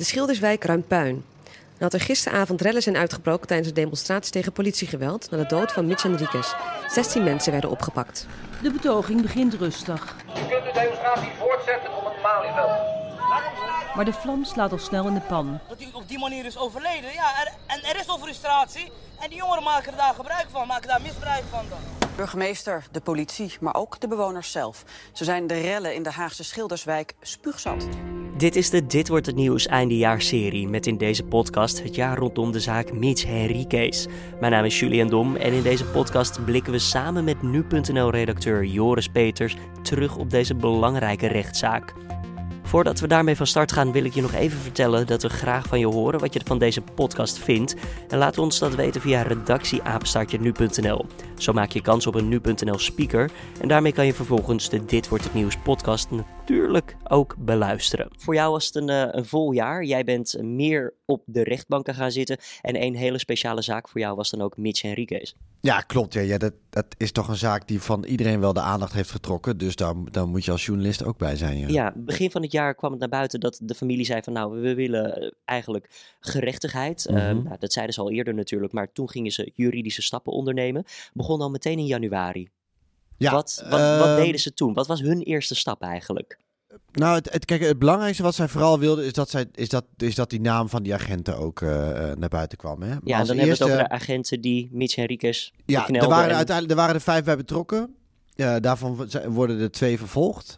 De Schilderswijk ruimt puin. Nadat er gisteravond rellen zijn uitgebroken tijdens een demonstratie tegen politiegeweld na de dood van Mitch Henriques. 16 mensen werden opgepakt. De betoging begint rustig. Je kunt de demonstratie voortzetten op het Malieveld. Maar de vlam slaat al snel in de pan. Dat hij op die manier is overleden, ja, er is al frustratie. En die jongeren maken daar gebruik van, maken daar misbruik van dan. Burgemeester, de politie, maar ook de bewoners zelf. Ze zijn de rellen in de Haagse Schilderswijk spuugzat. Dit is de Dit Wordt Het Nieuws eindejaarsserie met in deze podcast het jaar rondom de zaak Mitch Henriques. Mijn naam is Julian Dom en in deze podcast blikken we samen met nu.nl-redacteur Joris Peters terug op deze belangrijke rechtszaak. Voordat we daarmee van start gaan wil ik je nog even vertellen dat we graag van je horen wat je van deze podcast vindt. En laat ons dat weten via redactie@nu.nl. Zo maak je kans op een nu.nl speaker en daarmee kan je vervolgens de Dit Wordt Het Nieuws podcast natuurlijk ook beluisteren. Voor jou was het een vol jaar. Jij bent meer op de rechtbanken gaan zitten en een hele speciale zaak voor jou was dan ook Mitch Henriques. Ja, klopt. Ja, dat is toch een zaak die van iedereen wel de aandacht heeft getrokken. Dus daar moet je als journalist ook bij zijn. Ja, begin van het jaar kwam het naar buiten dat de familie zei van nou, we willen eigenlijk gerechtigheid. Nou, dat zeiden ze al eerder natuurlijk, maar toen gingen ze juridische stappen ondernemen. Begon al meteen in januari. Ja, wat deden ze toen? Wat was hun eerste stap eigenlijk? Nou, kijk, het belangrijkste wat zij vooral wilden is dat die naam van die agenten ook naar buiten kwam. Hè? Ja, dan hebben we het over de agenten die Mitch Henriques er waren er 5 bij betrokken. Daarvan worden er 2 vervolgd.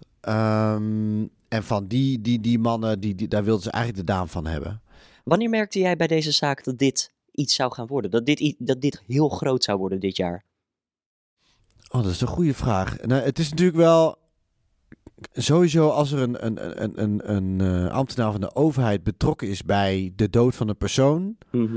En van die mannen, daar wilden ze eigenlijk de naam van hebben. Wanneer merkte jij bij deze zaak dat dit iets zou gaan worden? Dat dit heel groot zou worden dit jaar? Oh, dat is een goede vraag. Nou, het is natuurlijk wel sowieso als er een ambtenaar van de overheid betrokken is bij de dood van een persoon,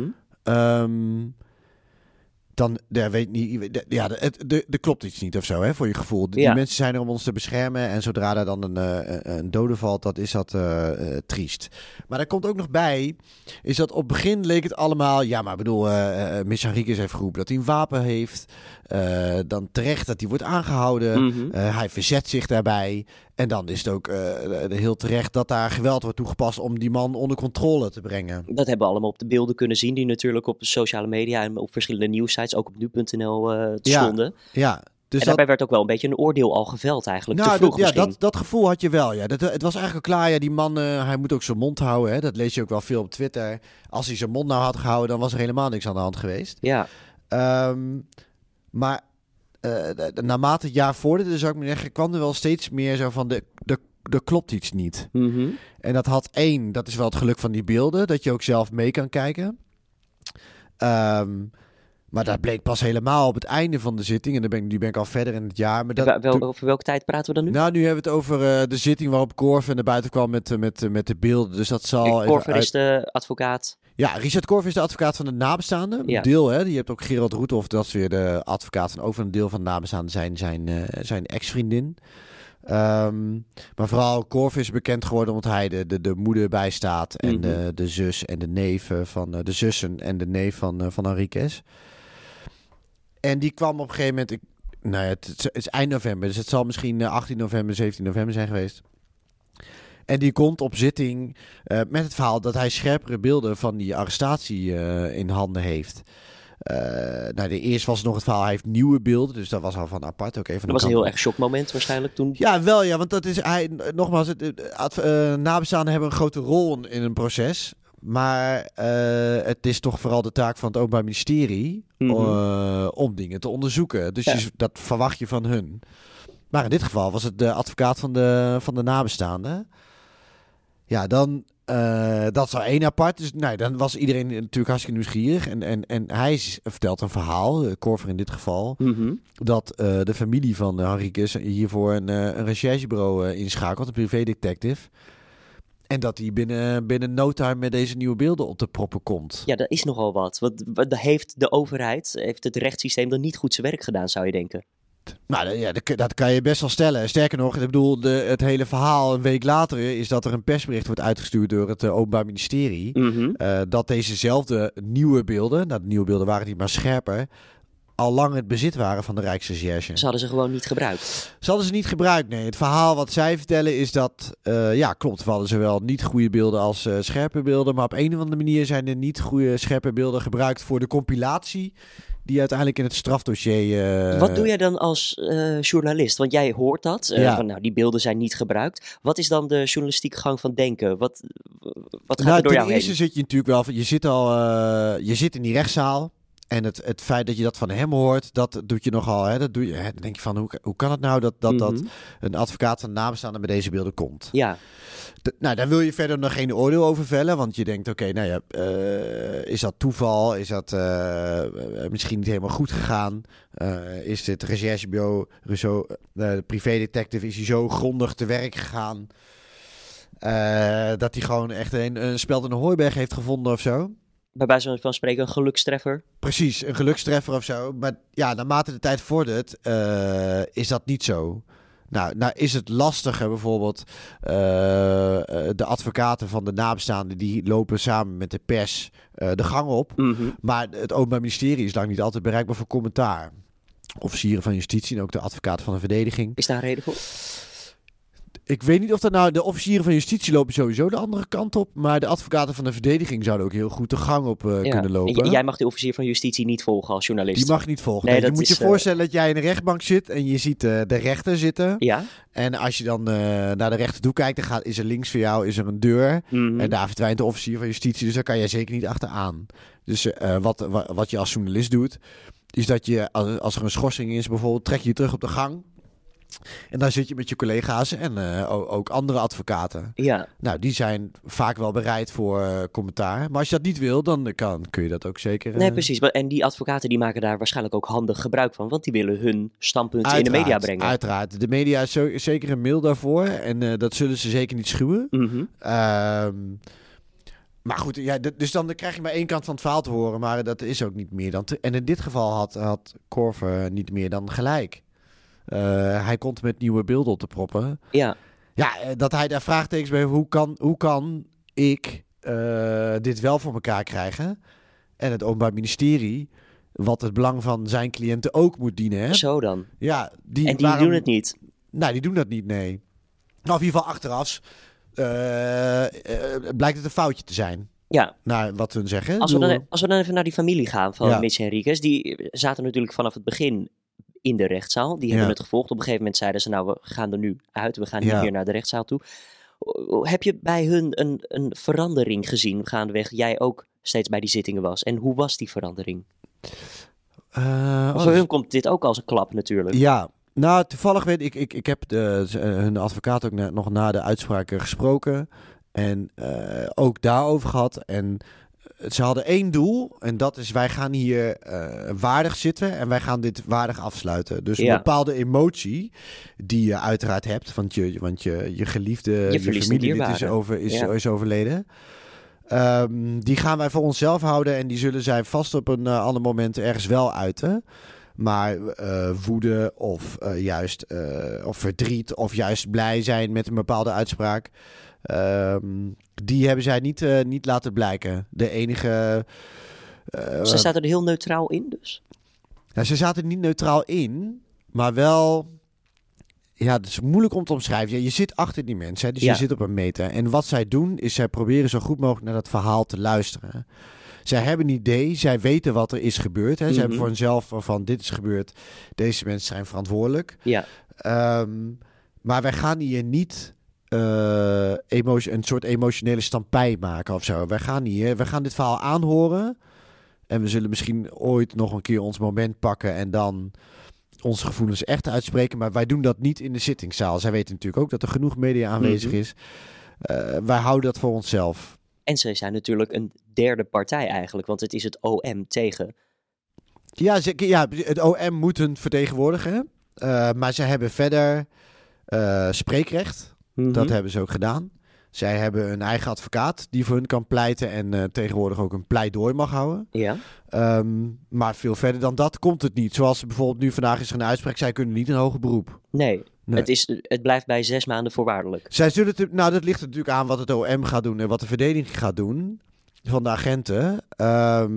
dan weet niet, er klopt iets niet of zo, hè, voor je gevoel. Die mensen zijn er om ons te beschermen en zodra er dan een dode valt, dat is triest. Maar daar komt ook nog bij, is dat op het begin leek het allemaal, ja, maar bedoel, Mitch Henriques heeft geroepen dat hij een wapen heeft, dan terecht dat hij wordt aangehouden, hij verzet zich daarbij. En dan is het ook heel terecht dat daar geweld wordt toegepast om die man onder controle te brengen. Dat hebben we allemaal op de beelden kunnen zien die natuurlijk op sociale media en op verschillende nieuwsites, ook op nu.nl stonden. Ja. Dus en daarbij werd ook wel een beetje een oordeel al geveld eigenlijk, te vroeg misschien. Dat gevoel had je wel, ja. Het was eigenlijk klaar, ja, die man, hij moet ook zijn mond houden. Hè? Dat lees je ook wel veel op Twitter. Als hij zijn mond nou had gehouden, dan was er helemaal niks aan de hand geweest. Ja. Maar naarmate het jaar vorderde, zou ik maar zeggen, kwam er wel steeds meer zo van, er klopt iets niet. En dat had dat is wel het geluk van die beelden, dat je ook zelf mee kan kijken. Maar dat bleek pas helemaal op het einde van de zitting. En nu ben ik al verder in het jaar. Maar over welke tijd praten we dan nu? Nou, nu hebben we het over de zitting waarop Korver naar buiten kwam met de beelden. Dus dat zal... Korver is de advocaat. Ja, Richard Korver is de advocaat van de nabestaanden. Ja. Deel, hè. Je hebt ook Gerald Roethoff, dat is weer de advocaat van over een deel van de nabestaanden, zijn ex-vriendin. Maar vooral Korver is bekend geworden omdat hij de moeder bijstaat. En de zus en de neef van de zussen en de neef van Henriques. En die kwam op een gegeven moment, het is eind november, dus het zal misschien 18 november, 17 november zijn geweest. En die komt op zitting met het verhaal dat hij scherpere beelden van die arrestatie in handen heeft. Eerst was nog het verhaal, hij heeft nieuwe beelden, dus dat was al van apart. Ook even dat was een heel erg shockmoment waarschijnlijk toen. Ja, wel ja, want dat is nogmaals, nabestaanden hebben een grote rol in een proces. Maar het is toch vooral de taak van het Openbaar Ministerie om dingen te onderzoeken. Dus dat verwacht je van hun. Maar in dit geval was het de advocaat van de nabestaanden. Ja, dan dat is al één apart. Dus dan was iedereen natuurlijk hartstikke nieuwsgierig. En hij vertelt een verhaal, Korver in dit geval, dat de familie van Henriques hiervoor een recherchebureau inschakelt, een privédetective. En dat hij binnen no time met deze nieuwe beelden op de proppen komt. Ja, dat is nogal wat. Want heeft de overheid, heeft het rechtssysteem dan niet goed zijn werk gedaan, zou je denken? Nou, dat kan je best wel stellen. Sterker nog, ik bedoel, het hele verhaal een week later is dat er een persbericht wordt uitgestuurd door het Openbaar Ministerie. Dat dezezelfde nieuwe beelden, de nieuwe beelden waren niet maar scherper, al lang het bezit waren van de Rijksrecherche. Ze hadden ze gewoon niet gebruikt. Ze hadden ze niet gebruikt, nee. Het verhaal wat zij vertellen is dat... klopt, we hadden zowel niet goede beelden als scherpe beelden. Maar op een of andere manier zijn er niet goede scherpe beelden gebruikt voor de compilatie die uiteindelijk in het strafdossier... Wat doe jij dan als journalist? Want jij hoort dat. Van, die beelden zijn niet gebruikt. Wat is dan de journalistieke gang van denken? Wat gaat er door jou heen? Ten eerste zit je natuurlijk wel... Je zit in die rechtszaal. En het feit dat je dat van hem hoort, dat doet je nogal. Hè, dan denk je van, hoe kan het nou dat een advocaat van nabestaanden bij deze beelden komt? Ja. Daar wil je verder nog geen oordeel over vellen. Want je denkt, is dat toeval? Is dat misschien niet helemaal goed gegaan? Is het recherchebureau, de privédetective, is hij zo grondig te werk gegaan? Dat hij gewoon echt een speld in een hooiberg heeft gevonden of zo? Bij wijze van spreken een gelukstreffer. Precies, een gelukstreffer of zo. Maar ja, naarmate de tijd vordert, is dat niet zo. Nou is het lastiger bijvoorbeeld. De advocaten van de nabestaanden die lopen samen met de pers de gang op. Mm-hmm. Maar het Openbaar Ministerie is lang niet altijd bereikbaar voor commentaar. Officieren van justitie en ook de advocaten van de verdediging. Is daar een reden voor? Ik weet niet of dat nou... De officieren van justitie lopen sowieso de andere kant op. Maar de advocaten van de verdediging zouden ook heel goed de gang op kunnen lopen. En jij mag de officier van justitie niet volgen als journalist? Die mag je niet volgen. Nee, je moet je voorstellen dat jij in een rechtbank zit en je ziet de rechter zitten. Ja. En als je dan naar de rechter toe kijkt, dan is er links voor jou een deur. Mm-hmm. En daar verdwijnt de officier van justitie. Dus daar kan jij zeker niet achteraan. Dus wat je als journalist doet, is dat je, als er een schorsing is bijvoorbeeld, trek je terug op de gang. En daar zit je met je collega's en ook andere advocaten. Ja. Nou, die zijn vaak wel bereid voor commentaar. Maar als je dat niet wil, dan kun je dat ook zeker... Nee, precies. En die advocaten die maken daar waarschijnlijk ook handig gebruik van. Want die willen hun standpunt in de media brengen. Uiteraard. De media is zeker een middel daarvoor. En dat zullen ze zeker niet schuwen. Mm-hmm. Maar goed, dus dan krijg je maar één kant van het verhaal te horen. Maar dat is ook niet meer dan... En in dit geval had Korver niet meer dan gelijk. Hij komt met nieuwe beelden op te proppen. Ja. Ja, dat hij daar vraagtekens bij heeft. Hoe kan ik dit wel voor elkaar krijgen? En het Openbaar Ministerie, wat het belang van zijn cliënten ook moet dienen. Hè? Zo dan. Ja, die doen het niet? Nee, die doen dat niet, nee. Nou, in ieder geval achteraf blijkt het een foutje te zijn. Ja. Naar wat hun zeggen. Als we dan even naar die familie gaan van Mitch Henriques. Die zaten natuurlijk vanaf het begin in de rechtszaal. Die hebben het gevolgd. Op een gegeven moment zeiden ze, we gaan er nu uit. We gaan niet meer naar de rechtszaal toe. Heb je bij hun een verandering gezien gaandeweg? Jij ook steeds bij die zittingen was. En hoe was die verandering? Voor hun komt dit ook als een klap natuurlijk. Ja, nou toevallig weet ik heb hun advocaat ook nog na de uitspraak gesproken. En ook daarover gehad. En ze hadden één doel en dat is, wij gaan hier waardig zitten en wij gaan dit waardig afsluiten. Dus een bepaalde emotie die je uiteraard hebt, want je geliefde, je familielid is overleden. Die gaan wij voor onszelf houden en die zullen zij vast op een ander moment ergens wel uiten. Maar woede of juist of verdriet of juist blij zijn met een bepaalde uitspraak, die hebben zij niet laten blijken. De enige... Ze zaten er heel neutraal in dus? Ja, ze zaten er niet neutraal in, maar wel... Ja, het is moeilijk om te omschrijven. Ja, je zit achter die mensen, hè, dus je zit op een meter. En wat zij doen, is zij proberen zo goed mogelijk naar dat verhaal te luisteren. Zij hebben een idee, zij weten wat er is gebeurd. Hè. Mm-hmm. Zij hebben voor hunzelf van dit is gebeurd, deze mensen zijn verantwoordelijk. Ja. Maar wij gaan hier niet... een soort emotionele stampij maken of zo. Wij gaan dit verhaal aanhoren en we zullen misschien ooit nog een keer ons moment pakken en dan onze gevoelens echt uitspreken, maar wij doen dat niet in de zittingszaal. Zij weten natuurlijk ook dat er genoeg media aanwezig is. Wij houden dat voor onszelf. En zij zijn natuurlijk een derde partij eigenlijk, want het is het OM tegen. Ja, het OM moet hun vertegenwoordigen, maar zij hebben verder spreekrecht. Mm-hmm. Dat hebben ze ook gedaan. Zij hebben een eigen advocaat die voor hun kan pleiten en tegenwoordig ook een pleidooi mag houden. Ja. Maar veel verder dan dat komt het niet. Zoals bijvoorbeeld nu vandaag is er een uitspraak, zij kunnen niet een hoger beroep. Nee. Het blijft bij 6 maanden voorwaardelijk. Zij zullen dat ligt er natuurlijk aan wat het OM gaat doen en wat de verdediging gaat doen van de agenten.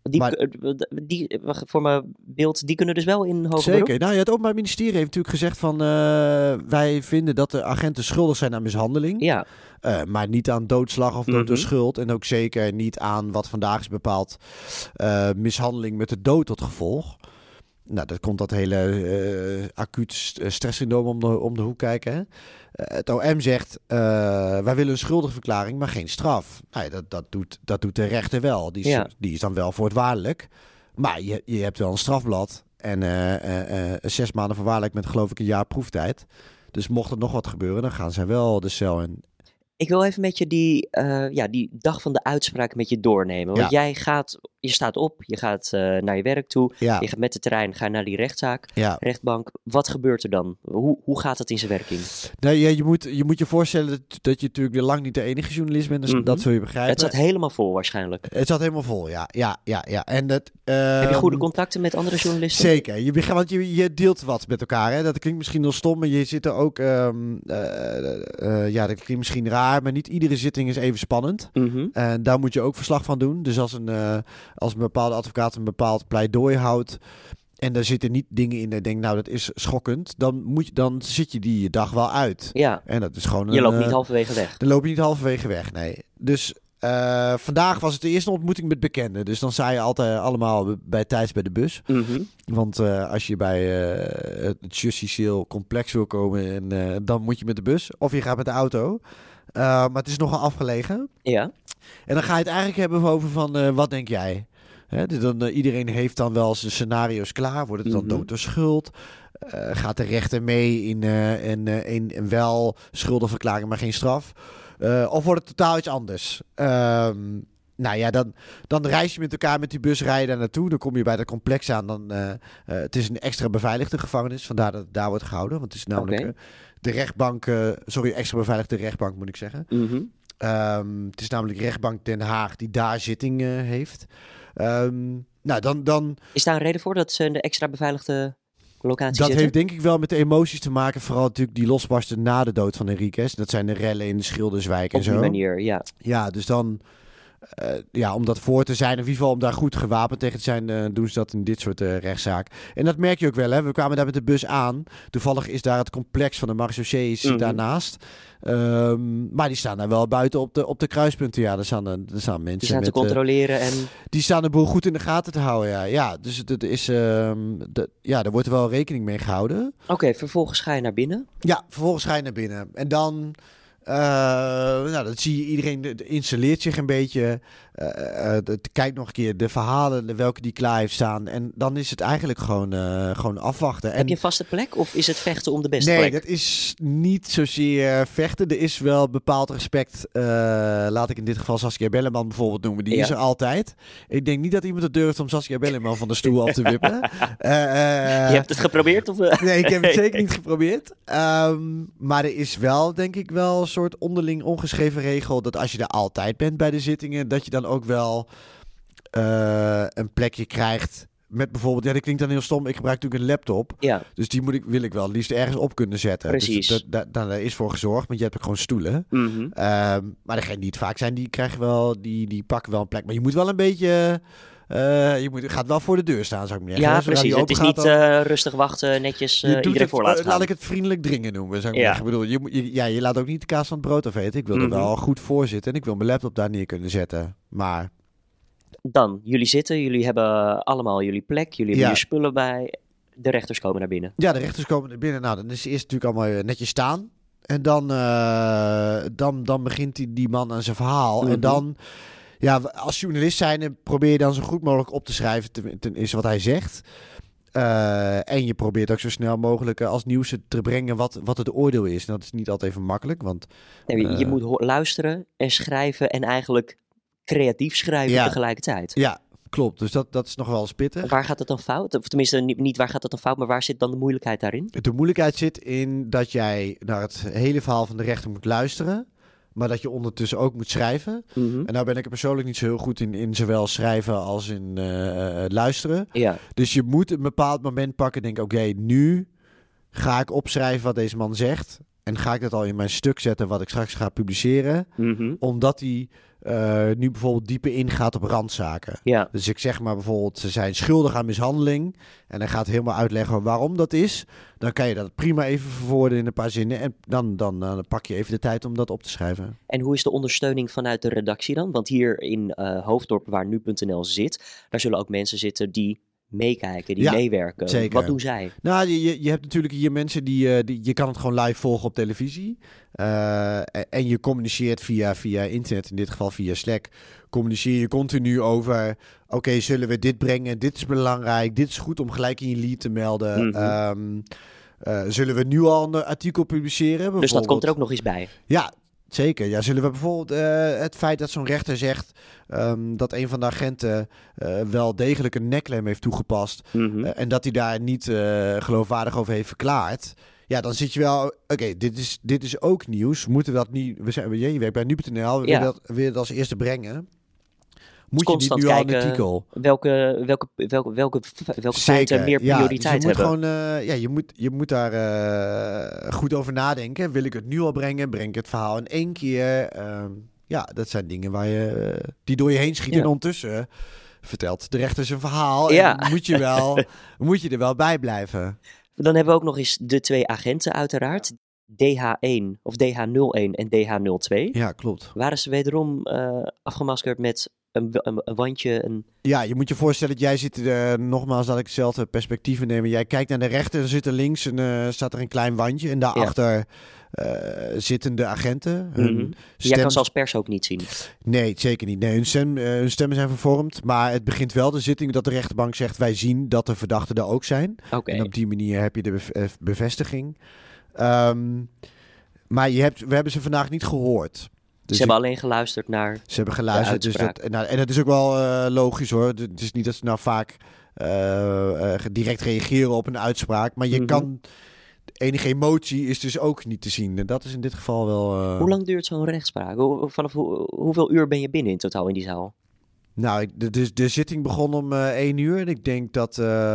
Voor mijn beeld, die kunnen dus wel in hoger beroep? Zeker. Nou ja, het Openbaar Ministerie heeft natuurlijk gezegd van... wij vinden dat de agenten schuldig zijn aan mishandeling. Ja. Maar niet aan doodslag of dood door schuld. En ook zeker niet aan wat vandaag is bepaald... mishandeling met de dood tot gevolg. Nou, dat komt dat hele acuut stresssyndroom om de hoek kijken. Hè? Het OM zegt, wij willen een schuldigverklaring, maar geen straf. Nou ja, dat doet de rechter wel. Die is dan wel voorwaardelijk. Maar je hebt wel een strafblad en 6 maanden voorwaardelijk met geloof ik een jaar proeftijd. Dus mocht er nog wat gebeuren, dan gaan zij wel de cel in. Ik wil even met je die dag van de uitspraak met je doornemen. Want je staat op, je gaat naar je werk toe. Ja. Je gaat met de trein naar die rechtszaak, rechtbank. Wat gebeurt er dan? Hoe gaat het in zijn werking? Nou, je moet je voorstellen dat je natuurlijk weer lang niet de enige journalist bent. Dus dat zul je begrijpen. Het zat helemaal vol waarschijnlijk. Het zat helemaal vol, ja. En heb je goede contacten met andere journalisten? Zeker. Want je deelt wat met elkaar. Hè? Dat klinkt misschien nog stom, maar je zit er ook... dat klinkt misschien raar. Maar niet iedere zitting is even spannend. En daar moet je ook verslag van doen. Dus als een bepaalde advocaat een bepaald pleidooi houdt... en daar zitten niet dingen in en denkt, nou dat is schokkend... dan zit je die dag wel uit. Ja. En dat is gewoon je loopt niet halverwege weg. Dan loop je niet halverwege weg, nee. Dus vandaag was het de eerste ontmoeting met bekenden. Dus dan sta je altijd allemaal bij de bus. Want als je bij het justitieel complex wil komen... dan moet je met de bus. Of je gaat met de auto... maar het is nogal afgelegen. Ja. En dan ga je het eigenlijk hebben over van wat denk jij? Dus iedereen heeft dan wel zijn scenario's klaar. Wordt het dan dood door schuld? Gaat de rechter mee in een wel schuldenverklaring, maar geen straf? Of wordt het totaal iets anders? Dan reis je met elkaar met die bus, rij je daar naartoe. Dan kom je bij dat complex aan. Het is een extra beveiligde gevangenis. Vandaar dat het daar wordt gehouden. Want het is namelijk de rechtbank... extra beveiligde rechtbank moet ik zeggen. Het is namelijk rechtbank Den Haag die daar zitting heeft. Is daar een reden voor dat ze een extra beveiligde locatie zitten? Dat heeft denk ik wel met de emoties te maken. Vooral natuurlijk die losbarsten na de dood van Henriques. Dat zijn de rellen in Schilderswijk en zo. Op die manier, ja. Ja, dus dan... om dat voor te zijn, in ieder geval om daar goed gewapend tegen te zijn, doen ze dat in dit soort rechtszaken. En dat merk je ook wel, hè. We kwamen daar met de bus aan. Toevallig is daar het complex van de marechaussee daarnaast. Maar die staan daar wel buiten op de kruispunten. Ja, daar staan mensen. Die staan te controleren en... Die staan de boel goed in de gaten te houden, ja. Ja, dus het is... daar wordt wel rekening mee gehouden. Oké, vervolgens ga je naar binnen? Ja, vervolgens ga je naar binnen. En dan... dat zie je, iedereen installeert zich een beetje. Kijk nog een keer de verhalen, welke die klaar heeft staan. En dan is het eigenlijk gewoon afwachten. Heb je een vaste plek of is het vechten om de beste plek? Nee, dat is niet zozeer vechten. Er is wel bepaald respect. Laat ik in dit geval Saskia Belleman bijvoorbeeld noemen. Die is er altijd. Ik denk niet dat iemand het durft om Saskia Belleman van de stoel af te wippen. Je hebt het geprobeerd? Of? Nee, ik heb het zeker niet geprobeerd. Maar er is wel, denk ik wel, een soort onderling ongeschreven regel dat als je er altijd bent bij de zittingen, dat je dan ook wel een plekje krijgt met bijvoorbeeld, dat klinkt dan heel stom, ik gebruik natuurlijk een laptop. Ja. Dus die wil ik wel het liefst ergens op kunnen zetten. Precies. Dus daar is voor gezorgd, want je hebt ook gewoon stoelen. Maar degene die het vaak zijn, die krijgen wel, die pakken wel een plek. Maar je moet wel een beetje... gaat wel voor de deur staan, zou ik maar zeggen. Ja, precies. Het is niet rustig wachten, netjes iedereen voor laten gaan. Laat ik het vriendelijk dringen noemen, zou ik maar zeggen. Ik bedoel, je laat ook niet de kaas van het brood afeten. Ik wil er wel goed voor zitten en ik wil mijn laptop daar neer kunnen zetten. Maar... Dan, jullie zitten, jullie hebben allemaal jullie plek, jullie hebben je spullen bij. De rechters komen naar binnen. Ja, de rechters komen naar binnen. Nou, dan is eerst natuurlijk allemaal netjes staan. En dan begint die man aan zijn verhaal. En dan... Ja, als journalist zijn probeer je dan zo goed mogelijk op te schrijven is wat hij zegt. En je probeert ook zo snel mogelijk als nieuws te brengen wat het oordeel is. En dat is niet altijd even makkelijk, want... je moet luisteren en schrijven en eigenlijk creatief schrijven tegelijkertijd. Ja, klopt. Dus dat is nog wel eens pittig. Waar gaat het dan fout? Of tenminste, niet waar gaat het dan fout, maar waar zit dan de moeilijkheid daarin? De moeilijkheid zit in dat jij naar het hele verhaal van de rechter moet luisteren. Maar dat je ondertussen ook moet schrijven. En nou ben ik er persoonlijk niet zo heel goed in zowel schrijven als in luisteren. Ja. Dus je moet een bepaald moment pakken. Denk, oké, nu ga ik opschrijven wat deze man zegt. En ga ik dat al in mijn stuk zetten wat ik straks ga publiceren. Omdat hij nu bijvoorbeeld dieper ingaat op randzaken. Ja. Dus ik zeg maar bijvoorbeeld, ze zijn schuldig aan mishandeling. En hij gaat helemaal uitleggen waarom dat is. Dan kan je dat prima even verwoorden in een paar zinnen. En dan pak je even de tijd om dat op te schrijven. En hoe is de ondersteuning vanuit de redactie dan? Want hier in Hoofddorp, waar nu.nl zit, daar zullen ook mensen zitten die meekijken, die meewerken. Zeker. Wat doen zij? Nou, je hebt natuurlijk hier mensen die je kan het gewoon live volgen op televisie. En je communiceert via internet, in dit geval via Slack. Communiceer je continu over, oké, zullen we dit brengen? Dit is belangrijk, dit is goed om gelijk in je lead te melden. Zullen we nu al een artikel publiceren? Dus dat komt er ook nog eens bij? Ja, zeker. Ja, zullen we bijvoorbeeld het feit dat zo'n rechter zegt dat een van de agenten wel degelijk een nekklem heeft toegepast en dat hij daar niet geloofwaardig over heeft verklaard. Ja, dan zit je wel, oké, dit is ook nieuws. Moeten we dat niet, je werkt bij nu.nl, wil je dat als eerste brengen? Moet je niet nu al een artikel? Welke feiten meer prioriteit dus hebben? Je moet daar goed over nadenken. Wil ik het nu al brengen? Breng ik het verhaal in 1 keer? Dat zijn dingen die door je heen schieten. En ondertussen vertelt de rechter zijn verhaal. Ja. En moet je er wel bij blijven. Dan hebben we ook nog eens de 2 agenten uiteraard. DH1 of DH01 en DH02. Ja, klopt. Waren ze wederom afgemaskerd met een wandje? Ja, je moet je voorstellen dat jij zit, nogmaals dat ik hetzelfde perspectief nemen. Jij kijkt naar de rechter, er zit er links staat er een klein wandje. En daarachter zitten de agenten. Jij kan ze als pers ook niet zien? Nee, zeker niet. Nee, hun stemmen zijn vervormd. Maar het begint wel de zitting dat de rechterbank zegt, wij zien dat de verdachten er ook zijn. Okay. En op die manier heb je de bevestiging. Maar we hebben ze vandaag niet gehoord. Dus ze hebben alleen geluisterd naar Ze hebben geluisterd. Dus en het is ook wel logisch hoor. Het is niet dat ze nou vaak direct reageren op een uitspraak. Maar je kan... Enige emotie is dus ook niet te zien. En dat is in dit geval wel... Hoe lang duurt zo'n rechtspraak? Vanaf hoeveel uur ben je binnen in totaal in die zaal? Nou, de zitting begon om 1 uur. En ik denk dat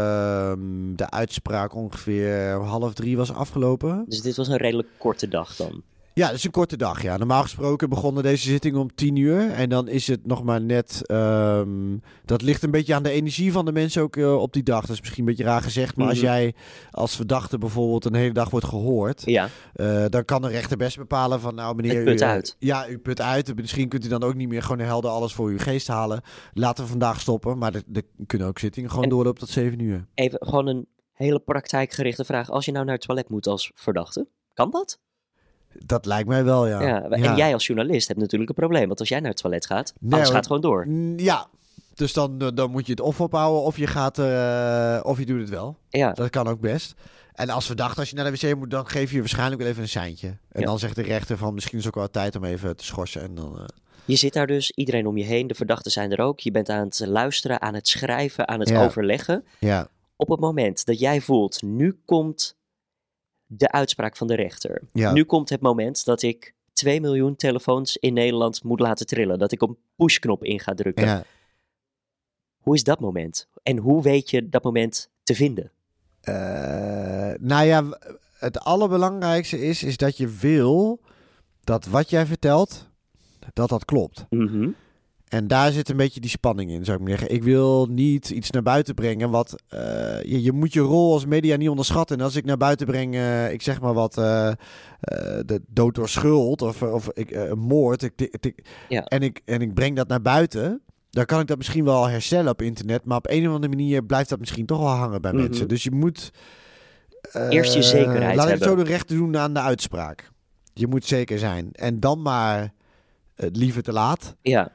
de uitspraak ongeveer 2:30 was afgelopen. Dus dit was een redelijk korte dag dan? Ja, dat is een korte dag, ja. Normaal gesproken begonnen deze zitting om 10 uur. En dan is het nog maar net... dat ligt een beetje aan de energie van de mensen ook op die dag. Dat is misschien een beetje raar gezegd. Maar als jij als verdachte bijvoorbeeld een hele dag wordt gehoord... dan kan de rechter best bepalen van... Nou, meneer, het put uit. Ja, u put uit. Misschien kunt u dan ook niet meer gewoon helder alles voor uw geest halen. Laten we vandaag stoppen. Maar er kunnen ook zittingen gewoon doorlopen tot 7 uur. Even gewoon een hele praktijkgerichte vraag. Als je nou naar het toilet moet als verdachte, kan dat? Dat lijkt mij wel, ja. En jij als journalist hebt natuurlijk een probleem. Want als jij naar het toilet gaat, alles gaat gewoon door. Ja, dus dan moet je het of ophouden of je doet het wel. Ja. Dat kan ook best. En als verdachte, als je naar de wc moet, dan geef je waarschijnlijk wel even een seintje. En dan zegt de rechter van misschien is het ook wel tijd om even te schorsen. En dan... Je zit daar dus, iedereen om je heen, de verdachten zijn er ook. Je bent aan het luisteren, aan het schrijven, aan het overleggen. Ja. Op het moment dat jij voelt, nu komt de uitspraak van de rechter. Ja. Nu komt het moment dat ik 2 miljoen telefoons in Nederland moet laten trillen. Dat ik op een pushknop in ga drukken. Ja. Hoe is dat moment? En hoe weet je dat moment te vinden? Nou ja, het allerbelangrijkste is dat je wil dat wat jij vertelt, dat klopt. En daar zit een beetje die spanning in, zou ik maar zeggen. Ik wil niet iets naar buiten brengen wat... je moet je rol als media niet onderschatten. En als ik naar buiten breng, ik zeg maar wat... de dood door schuld of een moord. En ik breng dat naar buiten... Dan kan ik dat misschien wel herstellen op internet. Maar op een of andere manier blijft dat misschien toch wel hangen bij mensen. Dus je moet... eerst je zekerheid laat hebben. ik het zo de rechten doen aan de uitspraak. Je moet zeker zijn. En dan maar liever te laat. Ja.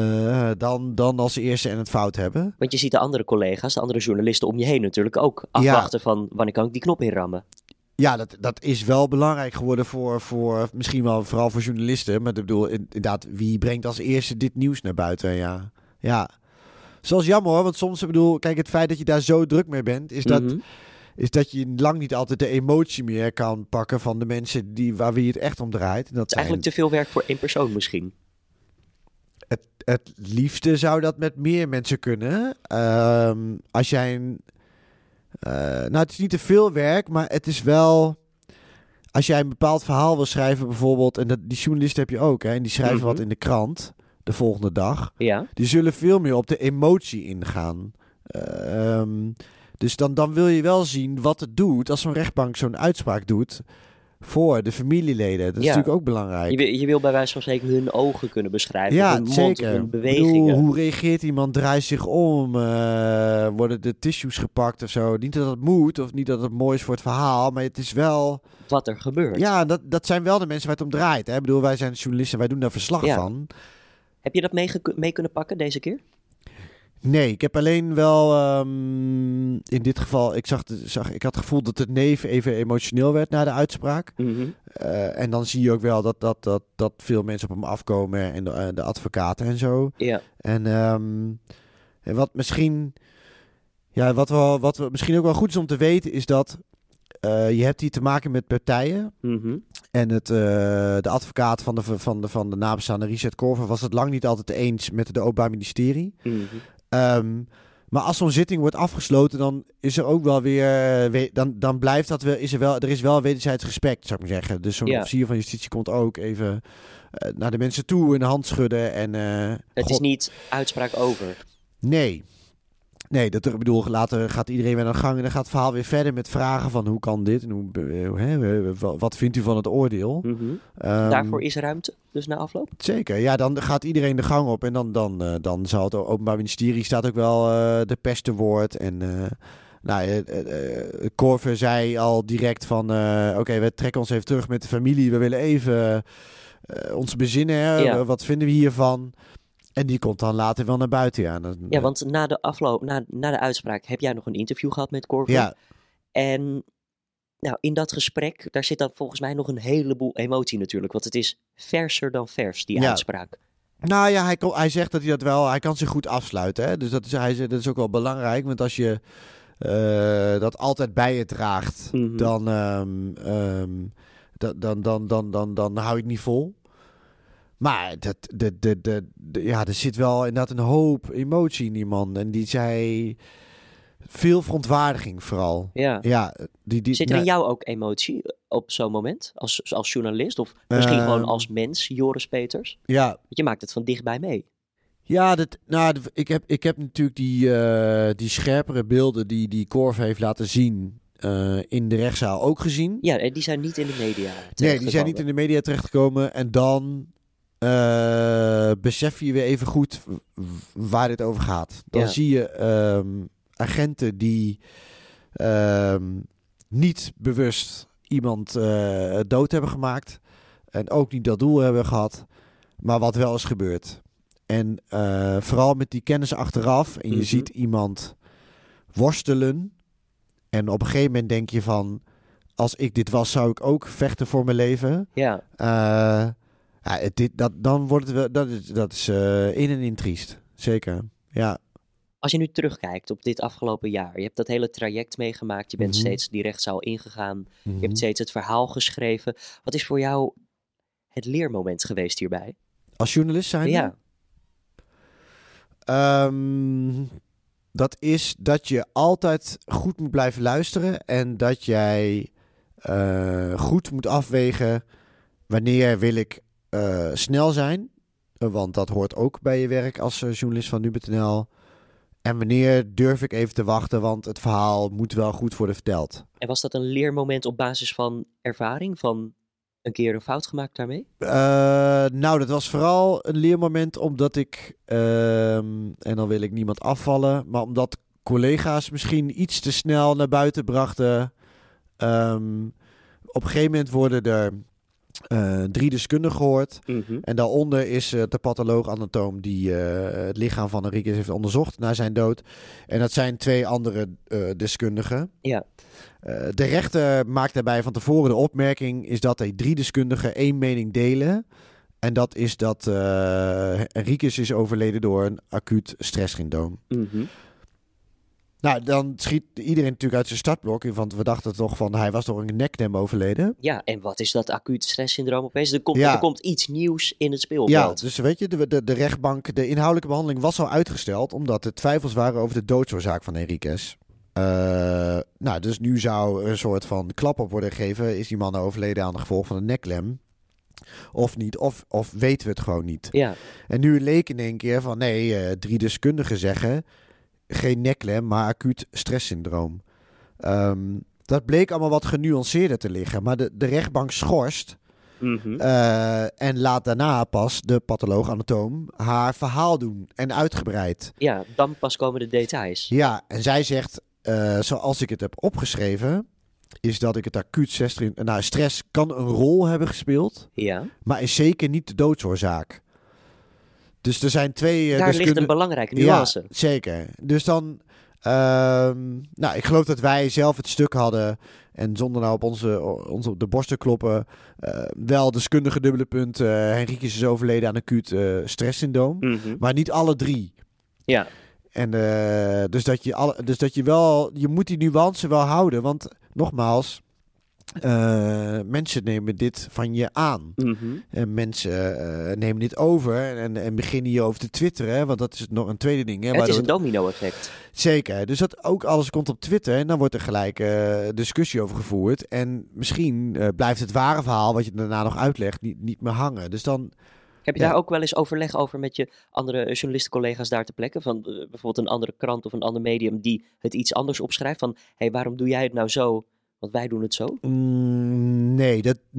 Dan als eerste en het fout hebben. Want je ziet de andere collega's, de andere journalisten om je heen natuurlijk ook afwachten van wanneer kan ik die knop inrammen. Ja, dat is wel belangrijk geworden voor misschien wel vooral voor journalisten. Maar ik bedoel, inderdaad, wie brengt als eerste dit nieuws naar buiten? Ja. Zoals jammer hoor, want soms, kijk, het feit dat je daar zo druk mee bent, is dat je lang niet altijd de emotie meer kan pakken van de mensen waar wie het echt om draait. En dat het is eigenlijk te veel werk voor 1 persoon misschien. Het liefste zou dat met meer mensen kunnen. Als jij het is niet te veel werk, maar het is wel... Als jij een bepaald verhaal wil schrijven bijvoorbeeld... En die journalisten heb je ook, hè, en die schrijven wat in de krant... de volgende dag. Ja. Die zullen veel meer op de emotie ingaan. Dus dan wil je wel zien wat het doet als zo'n rechtbank zo'n uitspraak doet voor de familieleden. Dat is natuurlijk ook belangrijk. Je wil bij wijze van spreken hun ogen kunnen beschrijven. Ja, hun mond, zeker. hun bewegingen. Hoe reageert iemand? Draait zich om? Worden de tissues gepakt of zo? Niet dat het moet of niet dat het mooi is voor het verhaal, maar het is wel wat er gebeurt. Ja, dat zijn wel de mensen waar het om draait. Hè? Ik bedoel, wij zijn journalisten, wij doen daar verslag van. Heb je dat mee kunnen pakken deze keer? Nee, ik heb alleen wel in dit geval, ik had het gevoel dat het neef even emotioneel werd na de uitspraak. Mm-hmm. En dan zie je ook wel dat veel mensen op hem afkomen en de advocaten en zo. Ja. En wat misschien ook wel goed is om te weten is dat je hebt hier te maken met partijen. Mm-hmm. En de advocaat van de nabestaande Richard Korver was het lang niet altijd eens met het Openbaar Ministerie. Mm-hmm. Maar als zo'n zitting wordt afgesloten, dan is er ook wel weer, dan blijft dat wel, er is wel wederzijds respect, zou ik maar zeggen. Dus zo'n officier van justitie komt ook even naar de mensen toe en de hand schudden. En, het is niet uitspraak over. Nee, ik bedoel, later gaat iedereen weer aan de gang en dan gaat het verhaal weer verder met vragen van hoe kan dit en wat vindt u van het oordeel? Mm-hmm. Daarvoor is ruimte, dus na afloop? Zeker, ja, dan gaat iedereen de gang op en dan zal het Openbaar Ministerie staat ook wel de pers te woord en Korver zei al direct van oké, we trekken ons even terug met de familie, we willen even ons bezinnen, hè? Ja. Wat vinden we hiervan? En die komt dan later wel naar buiten, ja. Ja, want na de afloop, na de uitspraak, heb jij nog een interview gehad met Korver. Ja. En nou, in dat gesprek, daar zit dan volgens mij nog een heleboel emotie natuurlijk. Want het is verser dan vers, die uitspraak. Nou ja, hij zegt dat hij kan zich goed afsluiten. Hè? Dus dat is ook wel belangrijk. Want als je dat altijd bij je draagt, Mm-hmm. dan hou je het niet vol. Maar er zit wel inderdaad een hoop emotie in die man. En die zei veel verontwaardiging vooral. Ja. Zit er in jou ook emotie op zo'n moment? Als journalist? Of misschien gewoon als mens, Joris Peters? Ja. Want je maakt het van dichtbij mee. Ja, ik heb natuurlijk die scherpere beelden die Korver heeft laten zien in de rechtszaal ook gezien. Ja, die zijn niet in de media Nee, die zijn niet in de media terechtgekomen. En dan besef je weer even goed waar dit over gaat. Dan zie je agenten die niet bewust iemand dood hebben gemaakt. En ook niet dat doel hebben gehad. Maar wat wel is gebeurd. En vooral met die kennis achteraf. En je ziet iemand worstelen. En op een gegeven moment denk je van, als ik dit was, zou ik ook vechten voor mijn leven. Ja. Dan wordt het wel, dat is in en in triest. Zeker, ja. Als je nu terugkijkt op dit afgelopen jaar. Je hebt dat hele traject meegemaakt. Je bent steeds die rechtszaal ingegaan. Je hebt steeds het verhaal geschreven. Wat is voor jou het leermoment geweest hierbij? Als journalist zijn? Ja. Dat is dat je altijd goed moet blijven luisteren. En dat jij goed moet afwegen wanneer wil ik snel zijn. Want dat hoort ook bij je werk als journalist van Nu.nl. En wanneer durf ik even te wachten, want het verhaal moet wel goed worden verteld. En was dat een leermoment op basis van ervaring? Van een keer een fout gemaakt daarmee? Dat was vooral een leermoment omdat ik, en dan wil ik niemand afvallen, maar omdat collega's misschien iets te snel naar buiten brachten. Op een gegeven moment worden er 3 deskundigen gehoord. En daaronder is de patholoog-anatoom die het lichaam van Henriques heeft onderzocht na zijn dood. En dat zijn 2 andere deskundigen. Ja. De rechter maakt daarbij van tevoren de opmerking is dat 3 deskundigen 1 mening delen. En dat is dat Henriques is overleden door een acuut stresssyndroom. Nou, dan schiet iedereen natuurlijk uit zijn startblok. Want we dachten toch van, hij was door een nekklem overleden. Ja, en wat is dat acuut stresssyndroom opeens? Er komt iets nieuws in het speelveld. Ja, dus weet je, de rechtbank, de inhoudelijke behandeling was al uitgesteld, omdat er twijfels waren over de doodsoorzaak van Henriques. Dus nu zou er een soort van klap op worden gegeven. Is die man overleden aan de gevolg van een nekklem? of niet. Of weten we het gewoon niet. Ja. En nu leek in één keer van 3 deskundigen zeggen... geen nekklem, maar acuut stresssyndroom. Dat bleek allemaal wat genuanceerder te liggen. Maar de rechtbank schorst... en laat daarna pas de patholoog-anatoom haar verhaal doen. En uitgebreid. Ja, dan pas komen de details. Ja, en zij zegt, zoals ik het heb opgeschreven... is dat ik het acuut stress kan een rol hebben gespeeld... Ja. maar is zeker niet de doodsoorzaak. Dus er zijn 2... Daar ligt een belangrijke nuance. Ja, zeker. Dus dan... ik geloof dat wij zelf het stuk hadden... en zonder nou op ons op de borst te kloppen... wel deskundige dubbele punt... Henriques is overleden aan acuut stresssyndroom. Maar niet alle 3. Ja. En dus dat je wel... Je moet die nuance wel houden. Want nogmaals... mensen nemen dit van je aan. En mensen nemen dit over en beginnen hierover te twitteren. Want dat is nog een tweede ding. Hè, het is een domino-effect. Zeker. Dus dat ook alles komt op Twitter. En dan wordt er gelijk discussie over gevoerd. En misschien blijft het ware verhaal... wat je daarna nog uitlegt, niet meer hangen. Dus dan... Heb je daar ook wel eens overleg over met je andere journalistencollega's daar ter plekke? Van bijvoorbeeld een andere krant of een ander medium... die het iets anders opschrijft? Van, waarom doe jij het nou zo... Want wij doen het zo? Nee,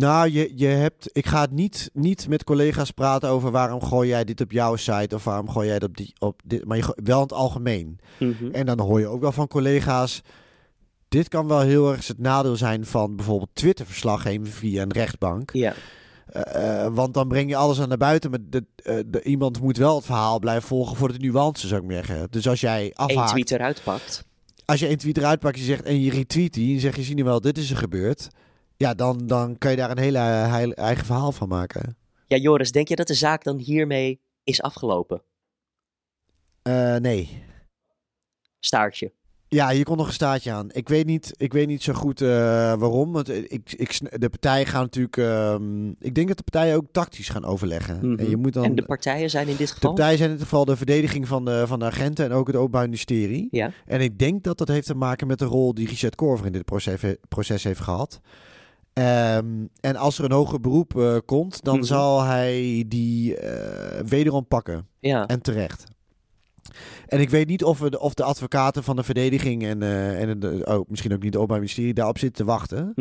ik ga het niet met collega's praten over waarom gooi jij dit op jouw site of waarom gooi jij het op dit, maar wel in het algemeen. En dan hoor je ook wel van collega's, dit kan wel heel erg het nadeel zijn van bijvoorbeeld Twitter-verslaggeving via een rechtbank. Ja. Want dan breng je alles aan naar buiten, maar iemand moet wel het verhaal blijven volgen voor de nuance, zou ik maar zeggen. Dus als jij afhaakt... 1 tweet eruit pakt... Als je een tweet eruit pakt en je retweet die... en zeg je, zie je wel, dit is er gebeurd... ja, dan kan je daar een hele eigen verhaal van maken. Ja, Joris, denk je dat de zaak dan hiermee is afgelopen? Nee. Staartje. Ja, hier komt nog een staartje aan. Ik weet niet zo goed waarom. Want de partijen gaan natuurlijk... ik denk dat de partijen ook tactisch gaan overleggen. En, je moet dan, en de partijen zijn in dit geval? De partijen zijn in dit geval de verdediging van de agenten... en ook het Openbaar Ministerie. Ja. En ik denk dat heeft te maken met de rol die Richard Korver in dit proces heeft gehad. En als er een hoger beroep komt... dan zal hij die wederom pakken. Ja. En terecht. En ik weet niet of de advocaten van de verdediging misschien ook niet de Openbaar Ministerie daarop zitten te wachten.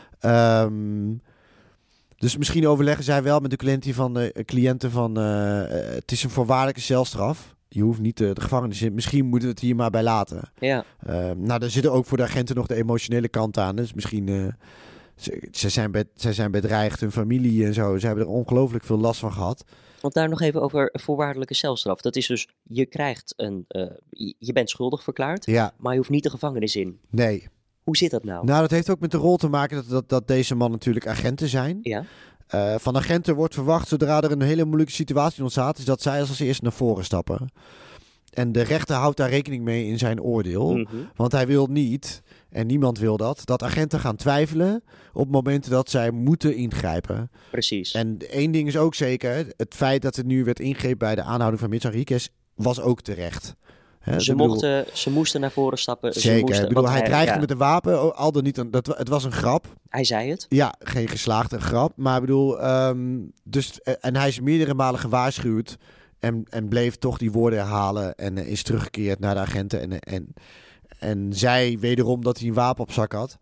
Dus misschien overleggen zij wel met de cliënten van het is een voorwaardelijke celstraf. Je hoeft niet de gevangenis in. Misschien moeten we het hier maar bij laten. Ja. Daar zitten ook voor de agenten nog de emotionele kant aan. Dus misschien... Ze zijn bedreigd, hun familie en zo. Ze hebben er ongelooflijk veel last van gehad. Want daar nog even over voorwaardelijke celstraf. Dat is dus, je krijgt je bent schuldig verklaard, maar je hoeft niet de gevangenis in. Nee. Hoe zit dat nou? Nou, dat heeft ook met de rol te maken dat deze man natuurlijk agenten zijn. Ja. Van agenten wordt verwacht, zodra er een hele moeilijke situatie ontstaat, is dat zij als eerste naar voren stappen. En de rechter houdt daar rekening mee in zijn oordeel. Want hij wil niet, en niemand wil dat agenten gaan twijfelen op momenten dat zij moeten ingrijpen. Precies. En één ding is ook zeker, het feit dat er nu werd ingrepen bij de aanhouding van Mitch Henriques was ook terecht. Ze moesten naar voren stappen. Zeker. Hij dreigde met een wapen, al dan niet. Het was een grap. Hij zei het. Ja, geen geslaagde grap. Maar en hij is meerdere malen gewaarschuwd. En bleef toch die woorden herhalen en is teruggekeerd naar de agenten. En zei wederom dat hij een wapen op zak had.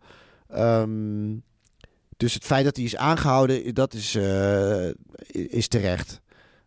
Dus het feit dat hij is aangehouden, dat is terecht.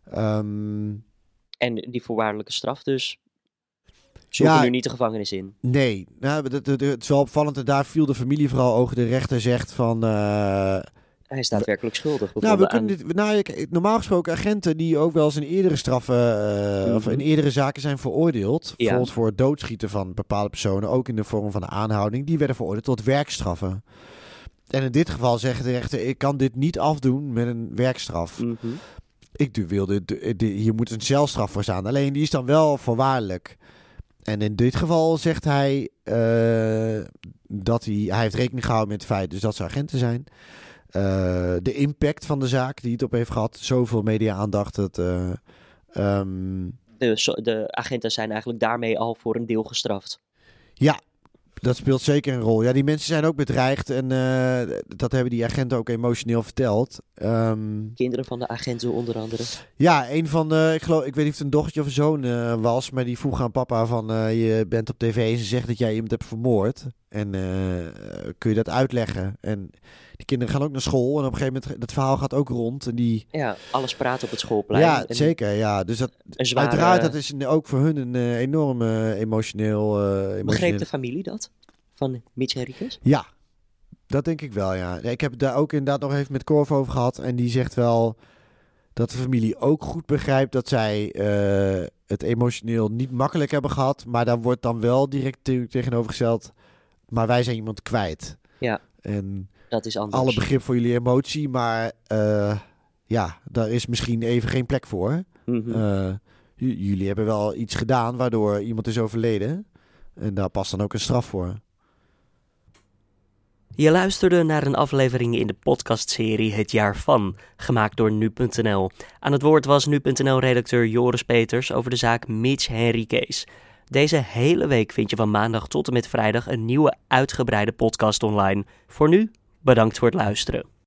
En die voorwaardelijke straf dus? Ze hoeven nu niet de gevangenis in. Nee, het is wel opvallend. En daar viel de familie vooral over. De rechter zegt van... hij staat werkelijk schuldig. Normaal gesproken agenten die ook wel eens in eerdere straffen of in eerdere zaken zijn veroordeeld. Bijvoorbeeld voor het doodschieten van bepaalde personen, ook in de vorm van een aanhouding, die werden veroordeeld tot werkstraffen. En in dit geval zegt de rechter, ik kan dit niet afdoen met een werkstraf. Hier moet een celstraf voor staan. Alleen die is dan wel voorwaardelijk. En in dit geval zegt hij dat hij heeft rekening gehouden met het feit dus dat ze agenten zijn. De impact van de zaak die het op heeft gehad. Zoveel media-aandacht. De agenten zijn eigenlijk daarmee al voor een deel gestraft. Ja, Dat speelt zeker een rol. Ja, die mensen zijn ook bedreigd en dat hebben die agenten ook emotioneel verteld. Kinderen van de agenten onder andere. Ja, een van de, ik weet niet of het een dochtertje of een zoon was, maar die vroeg aan papa van je bent op tv en ze zegt dat jij iemand hebt vermoord. En kun je dat uitleggen? En die kinderen gaan ook naar school en op een gegeven moment, dat verhaal gaat ook rond. En die... alles praat op het schoolplein. Ja, zeker. Ja. Dus dat, uiteraard, dat is ook voor hun een enorm emotioneel... Begreep de familie dat? Van Mitch Henriques? Ja, dat denk ik wel, ja. Ik heb het daar ook inderdaad nog even met Korf over gehad. En die zegt wel dat de familie ook goed begrijpt dat zij het emotioneel niet makkelijk hebben gehad. Maar daar wordt dan wel direct tegenovergesteld, maar wij zijn iemand kwijt. Ja, en dat is anders. Alle begrip voor jullie emotie, maar daar is misschien even geen plek voor. Mm-hmm. Jullie hebben wel iets gedaan waardoor iemand is overleden. En daar past dan ook een straf voor. Je luisterde naar een aflevering in de podcastserie Het Jaar Van, gemaakt door Nu.nl. Aan het woord was Nu.nl-redacteur Joris Peters over de zaak Mitch Henriques. Deze hele week vind je van maandag tot en met vrijdag een nieuwe uitgebreide podcast online. Voor nu, bedankt voor het luisteren.